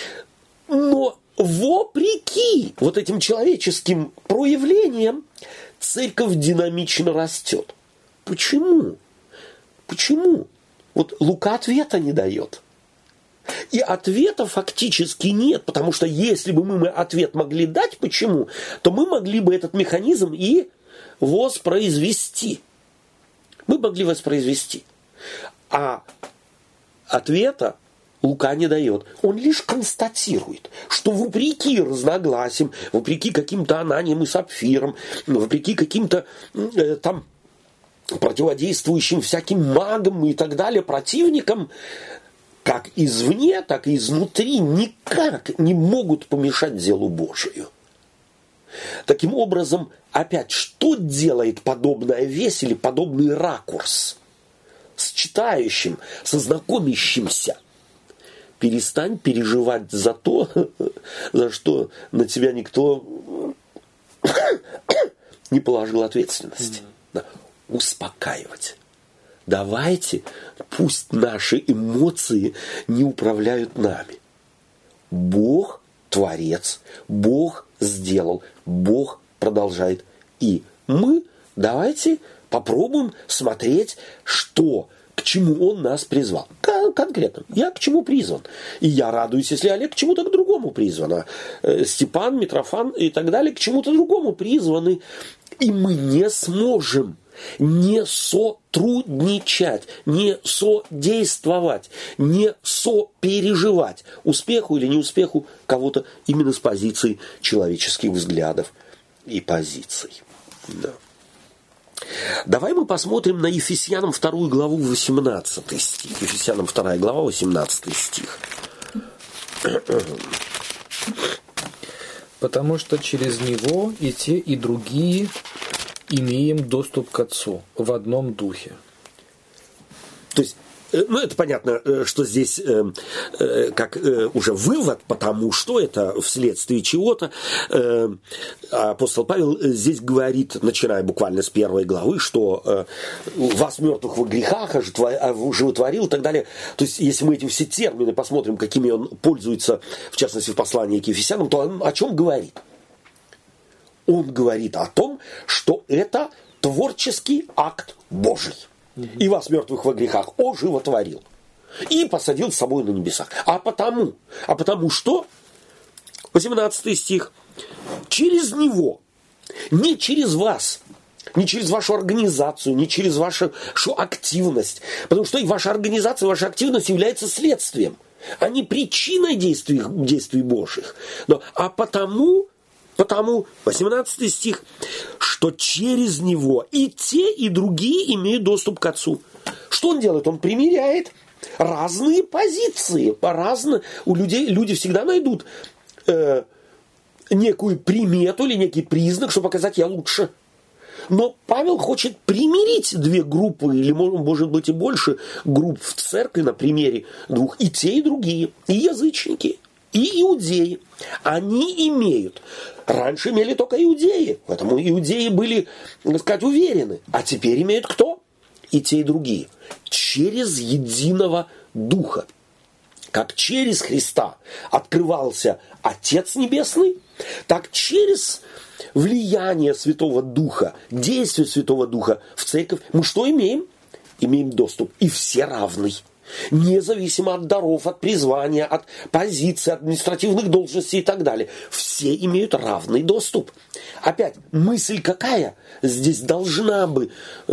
Но вопреки вот этим человеческим проявлениям церковь динамично растет. Почему? Почему? Вот Лука ответа не дает. И ответа фактически нет, потому что если бы мы ответ могли дать, почему, то мы могли бы этот механизм и воспроизвести. Мы могли воспроизвести. А ответа Лука не дает. Он лишь констатирует, что вопреки разногласиям, вопреки каким-то Ананиям и Сапфирам, вопреки каким-то там противодействующим всяким магам и так далее, противникам, как извне, так и изнутри никак не могут помешать делу Божию. Таким образом, опять, что делает подобная весть или подобный ракурс с читающим, со знакомящимся? Перестань переживать за то, за что на тебя никто не положил ответственности. Успокаивать. Давайте, пусть наши эмоции не управляют нами. Бог Творец, Бог сделал, Бог продолжает. И мы давайте попробуем смотреть, к чему Он нас призвал. Конкретно. Я к чему призван. И я радуюсь, если Олег к чему-то к другому призван. Степан, Митрофан и так далее к чему-то другому призваны. И мы не сможем не сотрудничать, не содействовать, не сопереживать успеху или неуспеху кого-то именно с позиции человеческих взглядов и позиций. Да. Давай мы посмотрим на Ефесянам 2 главу 18 стих. Ефесянам 2 глава 18 стих. Потому что через него и те, и другие имеем доступ к Отцу в одном духе. То есть, это понятно, что здесь как уже вывод, потому что это вследствие чего-то. Апостол Павел здесь говорит, начиная буквально с 1 главы, что вас мертвых во грехах животворил и так далее. То есть, если мы эти все термины посмотрим, какими он пользуется, в частности, в послании к Ефесянам, то он о чем говорит? Он говорит о том, что это творческий акт Божий. И вас, мертвых во грехах, оживотворил. И посадил с собой на небесах. А потому что, 18 стих, через него, не через вас, не через вашу организацию, не через вашу активность, потому что и ваша организация, ваша активность является следствием, а не причиной действий Божьих. А потому Потому, 18 стих, что через него и те, и другие имеют доступ к Отцу. Что он делает? Он примиряет разные позиции. У людей люди всегда найдут некую примету или некий признак, чтобы показать, я лучше. Но Павел хочет примирить две группы, или, может быть, и больше групп в церкви на примере двух. И те, и другие. И язычники, и иудеи. Они имеют. Раньше имели только иудеи. Поэтому иудеи были, так сказать, уверены. А теперь имеют кто? И те, и другие. Через единого Духа. Как через Христа открывался Отец Небесный, так через влияние Святого Духа, действие Святого Духа в церковь, мы что имеем? Имеем доступ. И все равны. Независимо от даров, от призвания, от позиций, административных должностей и так далее. Все имеют равный доступ. Опять, мысль какая? Здесь должна бы,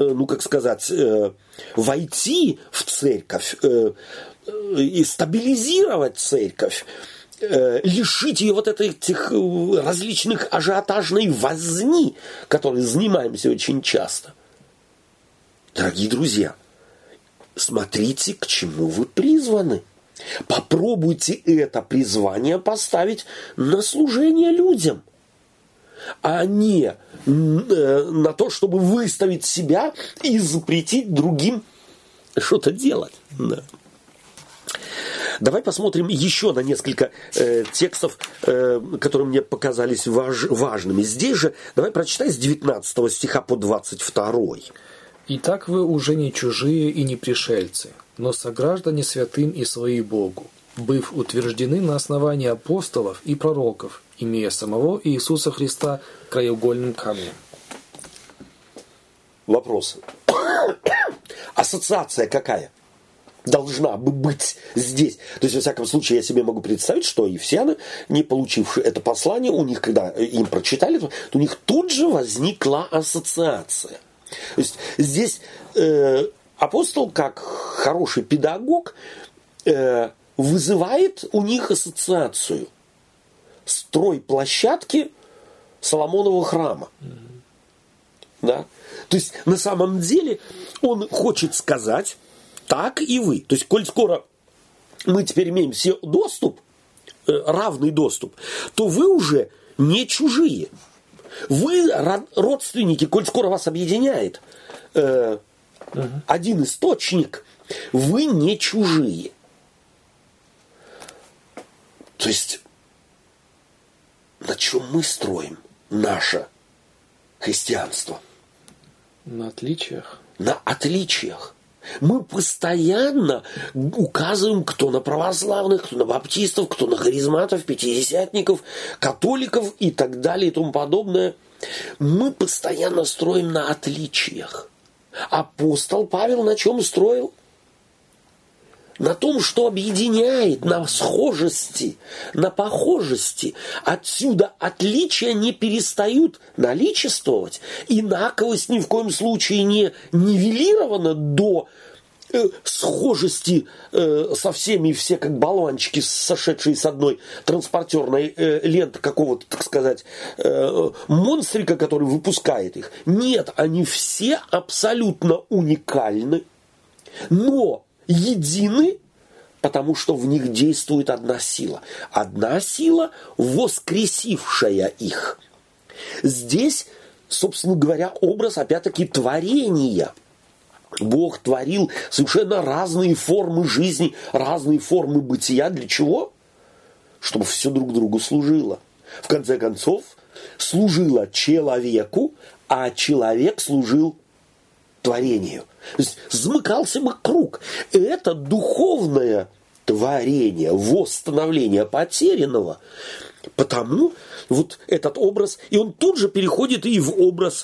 войти в церковь и стабилизировать церковь, лишить ее вот этих различных ажиотажной возни, которой занимаемся очень часто. Дорогие друзья, смотрите, к чему вы призваны. Попробуйте это призвание поставить на служение людям, а не на то, чтобы выставить себя и запретить другим что-то делать. Да. Давай посмотрим еще на несколько текстов, которые мне показались важными. Здесь же, давай прочитай с 19 стиха по 22. «Итак вы уже не чужие и не пришельцы, но сограждане святым и свои Богу, быв утверждены на основании апостолов и пророков, имея самого Иисуса Христа краеугольным камнем». Вопрос. Ассоциация какая должна бы быть здесь? То есть, во всяком случае, я себе могу представить, что ефесяне, не получившие это послание, у них, когда им прочитали, то у них тут же возникла ассоциация. То есть, здесь апостол, как хороший педагог, вызывает у них ассоциацию. Стройплощадки Соломонового храма. Да? То есть, на самом деле, он хочет сказать, так и вы. То есть, коль скоро мы теперь имеем все доступ, равный доступ, то вы уже не чужие. Вы родственники, коль скоро вас объединяет один источник, вы не чужие. То есть, на чем мы строим наше христианство? На отличиях. На отличиях. Мы постоянно указываем, кто на православных, кто на баптистов, кто на харизматов, пятидесятников, католиков и так далее и тому подобное. Мы постоянно строим на отличиях. Апостол Павел на чем строил? На том, что объединяет, на схожести, на похожести. Отсюда отличия не перестают наличествовать. Инаковость ни в коем случае не нивелирована до схожести со всеми, все как болванчики, сошедшие с одной транспортерной ленты какого-то, так сказать, монстрика, который выпускает их. Нет, они все абсолютно уникальны, но едины, потому что в них действует одна сила. Одна сила, воскресившая их. Здесь, собственно говоря, образ, опять-таки, творения. Бог творил совершенно разные формы жизни, разные формы бытия. Для чего? Чтобы все друг другу служило. В конце концов, служило человеку, а человек служил творению. То есть замыкался бы круг. Это духовное творение, восстановление потерянного. Потому вот этот образ, и он тут же переходит и в образ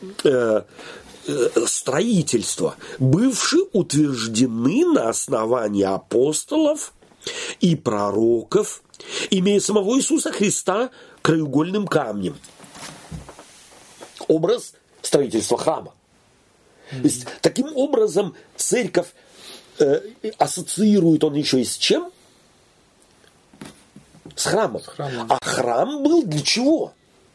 строительства, бывшие утверждены на основании апостолов и пророков, имея самого Иисуса Христа краеугольным камнем. Образ строительства храма. То есть, таким образом, церковь ассоциирует он еще и с чем? С храмом. А храм был для чего?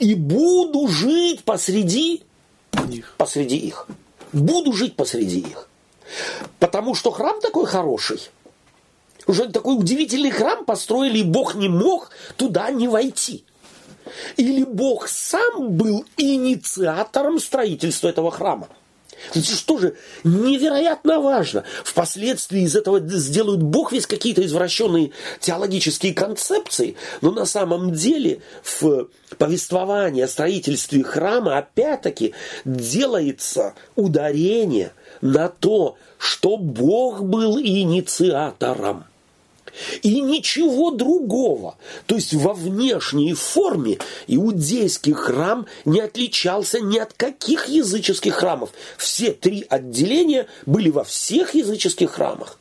И буду жить посреди Их. их. Буду жить посреди их. Потому что храм такой хороший. Уже такой удивительный храм построили, и Бог не мог туда не войти. Или Бог сам был инициатором строительства этого храма. Это что же невероятно важно. Впоследствии из этого сделают Бог весь какие-то извращенные теологические концепции, но на самом деле в повествовании о строительстве храма опять-таки делается ударение на то, что Бог был инициатором. И ничего другого. То есть во внешней форме иудейский храм не отличался ни от каких языческих храмов. Все 3 отделения были во всех языческих храмах.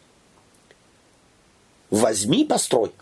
Возьми, построй,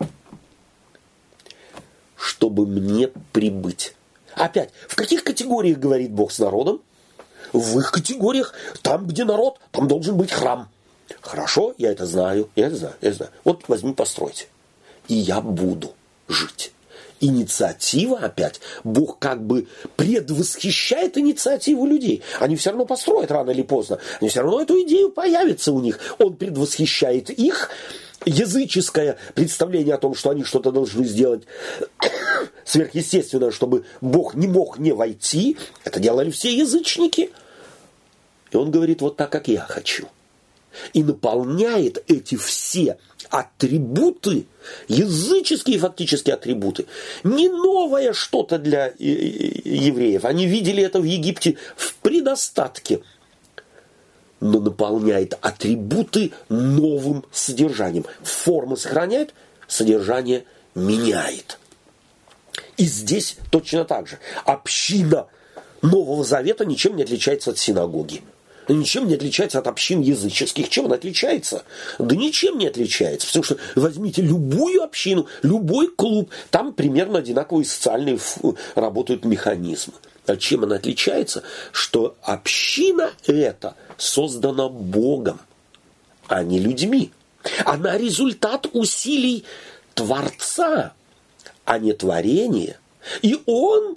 чтобы мне прибыть. Опять, в каких категориях говорит Бог с народом? В их категориях. Там, где народ, там должен быть храм. Хорошо, я это знаю. Вот возьми, постройте. И я буду жить. Инициатива опять. Бог как бы предвосхищает инициативу людей. Они все равно построят рано или поздно. Они все равно эту идею появится у них. Он предвосхищает их языческое представление о том, что они что-то должны сделать сверхъестественное, чтобы Бог не мог не войти. Это делали все язычники. И он говорит вот так, как я хочу. И наполняет эти все атрибуты, языческие фактически атрибуты, не новое что-то для евреев. Они видели это в Египте в предостатке. Но наполняет атрибуты новым содержанием. Формы сохраняет, содержание меняет. И здесь точно так же. Община Нового Завета ничем не отличается от синагоги. Ничем не отличается от общин языческих. Чем она отличается? Да ничем не отличается. Потому что возьмите любую общину, любой клуб, там примерно одинаковые социальные работают механизмы. А чем она отличается? Что община эта создана Богом, а не людьми. Она результат усилий Творца, а не творения. И он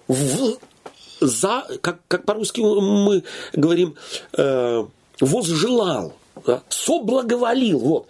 как по-русски мы говорим, возжелал, да, соблаговолил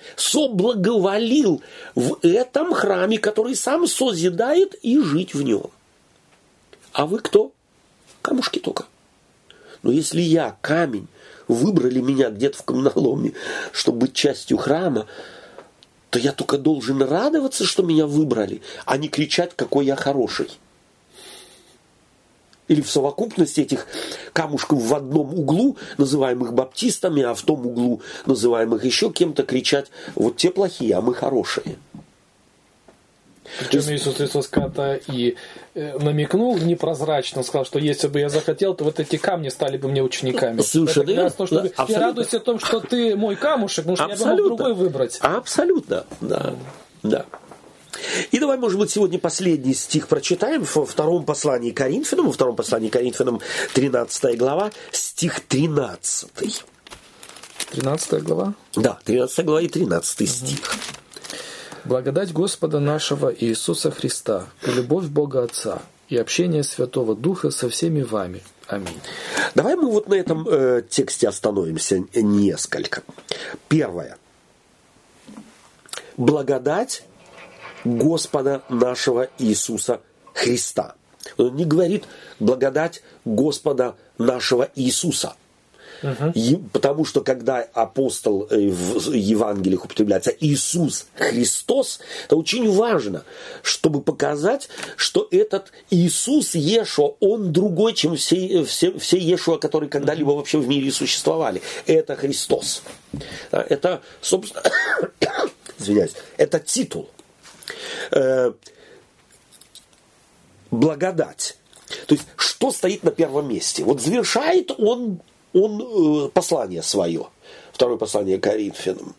в этом храме, который сам созидает, и жить в нем. А вы кто? Камушки только. Но если я, камень, выбрали меня где-то в каменоломне, чтобы быть частью храма, то я только должен радоваться, что меня выбрали, а не кричать, какой я хороший. Или в совокупности этих камушков в одном углу, называемых баптистами, а в том углу, называемых еще кем-то, кричать, вот те плохие, а мы хорошие. Причем Иисус Христос когда-то и намекнул непрозрачно, сказал, что если бы я захотел, то вот эти камни стали бы мне учениками. Слушай, это ясно, что я радуюсь о том, что ты мой камушек, потому что я бы мог другой выбрать. Абсолютно, да. И давай, может быть, сегодня последний стих прочитаем во втором послании Коринфянам, 13 глава, стих 13. 13 глава? Да, 13 глава и 13 стих. «Благодать Господа нашего Иисуса Христа и любовь Бога Отца и общение Святого Духа со всеми вами. Аминь». Давай мы вот на этом тексте остановимся несколько. Первое. Благодать Господа нашего Иисуса Христа. Он не говорит благодать Господа нашего Иисуса. Потому что когда апостол в Евангелиях употребляется Иисус Христос, это очень важно, чтобы показать, что этот Иисус Иешуа, он другой, чем все Иешуа, которые когда-либо вообще в мире существовали. Это Христос. Это, собственно, извиняюсь, это титул. Благодать. То есть, что стоит на первом месте? Вот завершает он послание свое. Второе послание Коринфянам.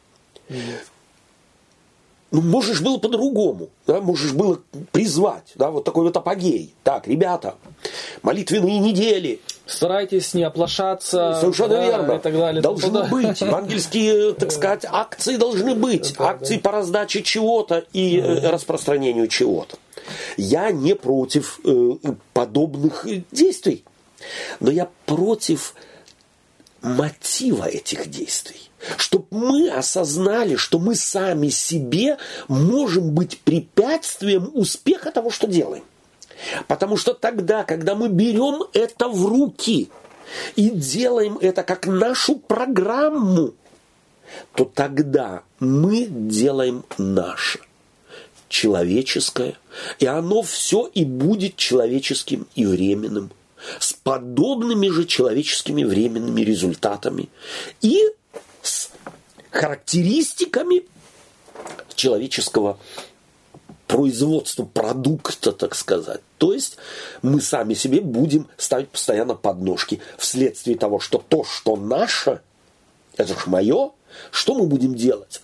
Ну, можешь было по-другому. Да? Можешь было призвать. Да? Вот такой вот апогей. Так, ребята, молитвенные недели. Старайтесь не оплошаться. Совершенно верно. И так далее. Должны быть. Евангельские, так сказать, акции должны быть. Акции по раздаче чего-то и распространению чего-то. Я не против подобных действий, но я против мотива этих действий. Чтобы мы осознали, что мы сами себе можем быть препятствием успеха того, что делаем. Потому что тогда, когда мы берем это в руки и делаем это как нашу программу, то тогда мы делаем наше, человеческое, и оно все и будет человеческим и временным, с подобными же человеческими временными результатами и с характеристиками человеческого производства продукта, так сказать. То есть мы сами себе будем ставить постоянно подножки вследствие того, что то, что наше, это ж мое, что мы будем делать?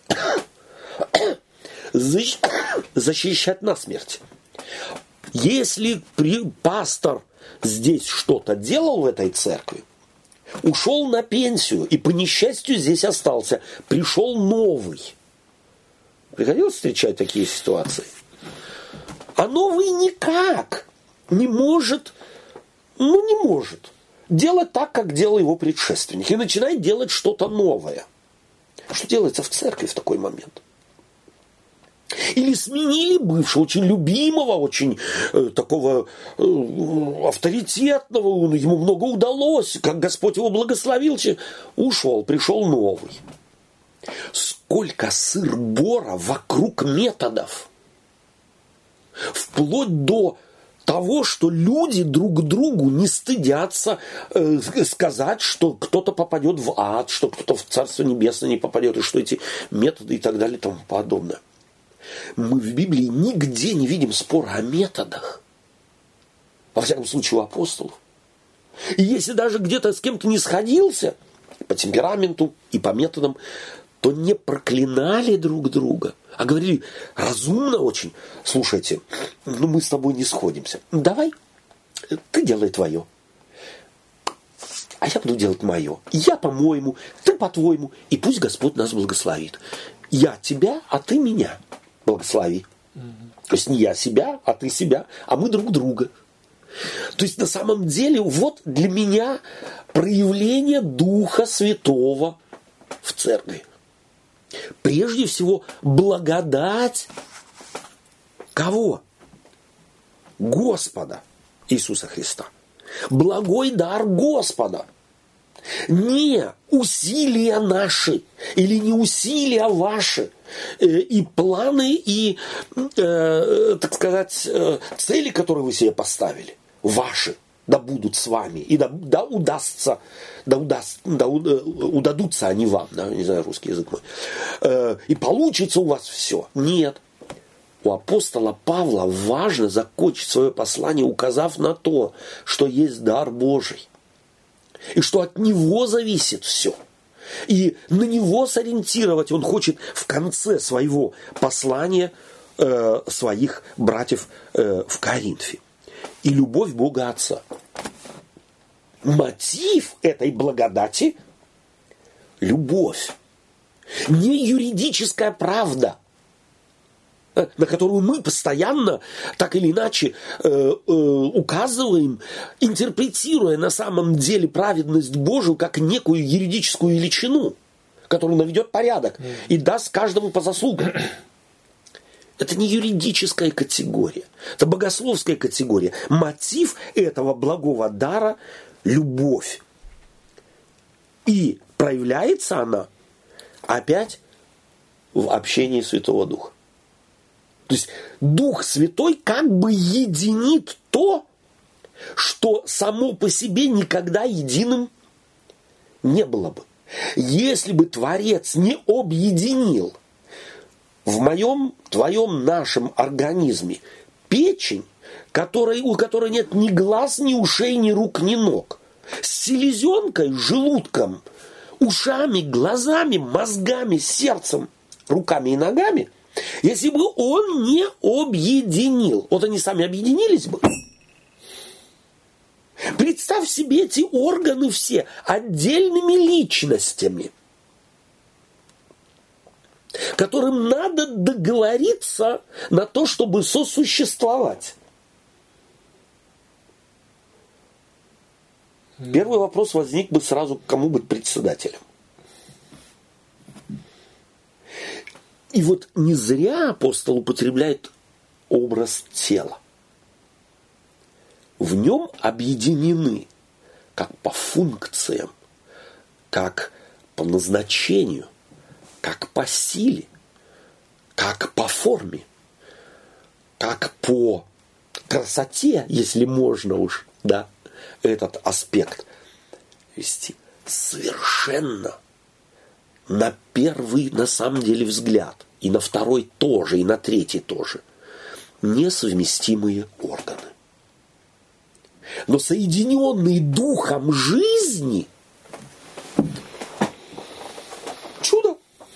Защищать насмерть. Если пастор здесь что-то делал в этой церкви, ушел на пенсию и по несчастью здесь остался, пришел новый. Приходилось встречать такие ситуации? А новый никак не может делать так, как делал его предшественник, и начинает делать что-то новое. Что делается в церкви в такой момент? Или сменили бывшего, очень любимого, очень такого авторитетного, ему много удалось, как Господь его благословил, ушел, пришел новый. Сколько сыр-бора вокруг методов. Вплоть до того, что люди друг другу не стыдятся сказать, что кто-то попадет в ад, что кто-то в Царство Небесное не попадет, и что эти методы и так далее и тому подобное. Мы в Библии нигде не видим спора о методах. Во всяком случае, у апостолов. И если даже где-то с кем-то не сходился по темпераменту и по методам, то не проклинали друг друга, а говорили разумно очень. Слушайте, мы с тобой не сходимся. Давай, ты делай твое. А я буду делать мое. Я по-моему, ты по-твоему. И пусть Господь нас благословит. Я тебя, а ты меня благослови. То есть не я себя, а ты себя, а мы друг друга. То есть на самом деле вот для меня проявление Духа Святого в церкви. Прежде всего, благодать кого? Господа Иисуса Христа. Благой дар Господа. Не усилия наши или не усилия ваши и планы, и, так сказать, цели, которые вы себе поставили, ваши, да будут с вами, и да удадутся они вам, да, не знаю, русский язык мой, и получится у вас все. Нет. У апостола Павла важно закончить свое послание, указав на то, что есть дар Божий, и что от него зависит все. И на него сориентировать он хочет в конце своего послания своих братьев в Коринфе. И любовь Бога Отца. Мотив этой благодати – любовь. Не юридическая правда, на которую мы постоянно, так или иначе, указываем, интерпретируя на самом деле праведность Божию как некую юридическую величину, которая наведет порядок и даст каждому по заслугам. Это не юридическая категория, это богословская категория. Мотив этого благого дара – любовь. И проявляется она опять в общении Святого Духа. То есть Дух Святой как бы единит то, что само по себе никогда единым не было бы. Если бы Творец не объединил в моем, твоем, нашем организме печень, у которой нет ни глаз, ни ушей, ни рук, ни ног, с селезенкой, желудком, ушами, глазами, мозгами, сердцем, руками и ногами, если бы он не объединил, вот они сами объединились бы. Представь себе эти органы все отдельными личностями. которым надо договориться на то, чтобы сосуществовать. Первый вопрос возник бы сразу, кому быть председателем. И вот не зря апостол употребляет образ тела. В нем объединены как по функциям, как по назначению, как по силе, как по форме, как по красоте, если можно уж, да, этот аспект вести. Совершенно на первый, на самом деле, взгляд, и на второй тоже, и на третий тоже, несовместимые органы. Но соединенные духом жизни – чудо.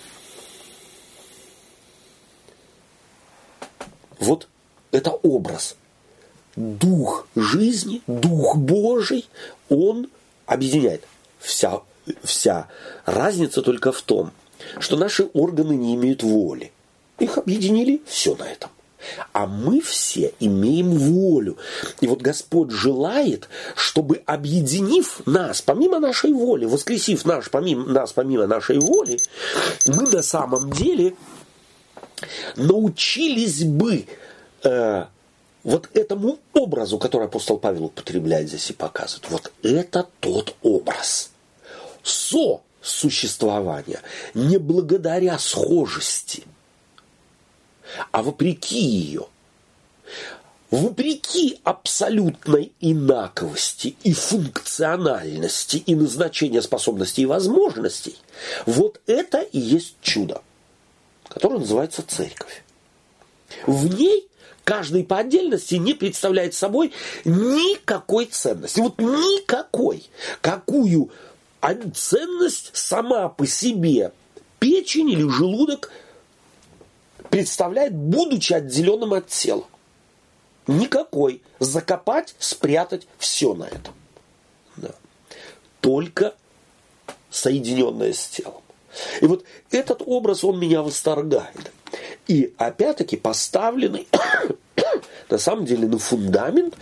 Вот это образ. Дух жизни, Дух Божий, он объединяет. Вся разница только в том, что наши органы не имеют воли. Их объединили, все на этом. А мы все имеем волю. И вот Господь желает, чтобы, объединив нас, помимо нашей воли, воскресив нас помимо нашей воли, мы на самом деле научились бы вот этому образу, который апостол Павел употребляет здесь и показывает. Вот это тот образ сосуществования, не благодаря схожести, а вопреки ее, вопреки абсолютной инаковости и функциональности и назначения способностей и возможностей, вот это и есть чудо, которое называется церковь. В ней каждый по отдельности не представляет собой никакой ценности. Вот никакой. Какую ценность сама по себе печень или желудок представляет, будучи отделенным от тела. Никакой. Закопать, спрятать, все на этом. Да. Только соединенное с телом. И вот этот образ, он меня восторгает. И опять-таки поставленный на самом деле на фундамент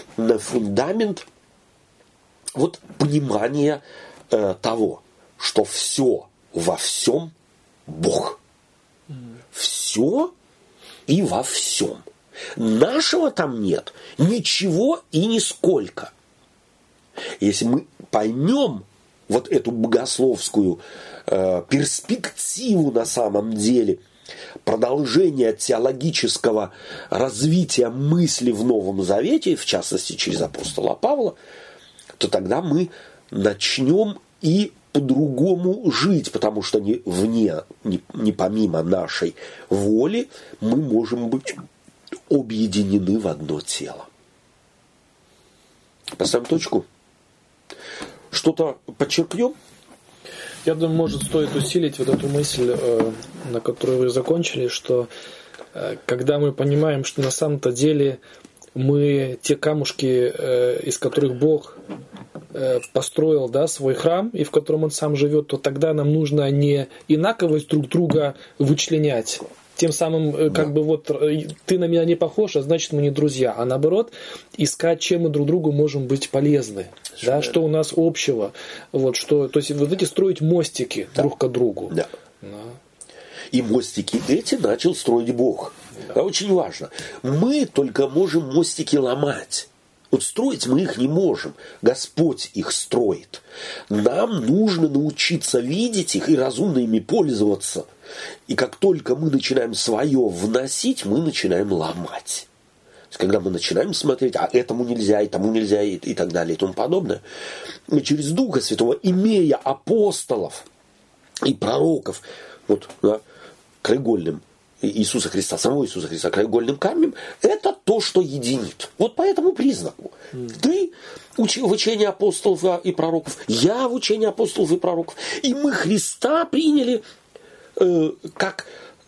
вот понимания того, что все во всем Бог. Все и во всем. Нашего там нет ничего и нисколько. Если мы поймем вот эту богословскую перспективу на самом деле, продолжение теологического развития мысли в Новом Завете, в частности через апостола Павла, то тогда мы начнем и по-другому жить, потому что не помимо нашей воли мы можем быть объединены в одно тело. Поставим точку. Что-то подчеркнем? Я думаю, может, стоит усилить вот эту мысль, на которую вы закончили, что когда мы понимаем, что на самом-то деле мы те камушки, из которых Бог построил, да, свой храм, и в котором Он сам живет, то тогда нам нужно не инаковость друг друга вычленять. Тем самым, как бы вот ты на меня не похож, а значит мы не друзья. А наоборот, искать, чем мы друг другу можем быть полезны. Да, что у нас общего. Вот, что, то есть вот эти строить мостики друг к другу. Да. И мостики эти начал строить Бог. Это очень важно. Мы только можем мостики ломать. Вот строить мы их не можем. Господь их строит. Нам нужно научиться видеть их и разумно ими пользоваться. И как только мы начинаем свое вносить, мы начинаем ломать. То есть, когда мы начинаем смотреть, а этому нельзя, и тому нельзя, и так далее, и тому подобное, мы через Духа Святого, имея апостолов и пророков, вот, да, краеугольным Иисуса Христа, самого Иисуса Христа, краеугольным камнем, это то, что единит. Вот по этому признаку. Ты в учении апостолов и пророков, я в учении апостолов и пророков. И мы Христа приняли как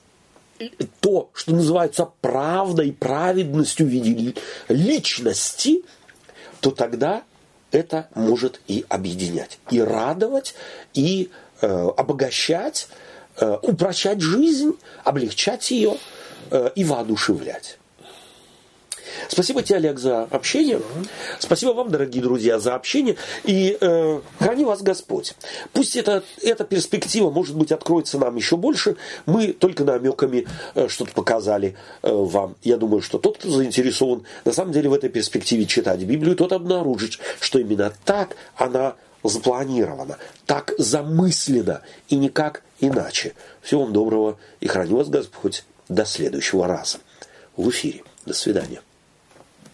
то, что называется правдой, праведностью в виде личности, то тогда это может и объединять, и радовать, и обогащать, упрощать жизнь, облегчать ее и воодушевлять. Спасибо тебе, Олег, за общение. Спасибо вам, дорогие друзья, за общение. И храни вас Господь. Пусть эта перспектива, может быть, откроется нам еще больше. Мы только намеками что-то показали вам. Я думаю, что тот, кто заинтересован на самом деле в этой перспективе читать Библию, тот обнаружит, что именно так она запланирована, так замыслена и никак иначе. Всего вам доброго и храни вас Господь. До следующего раза в эфире. До свидания.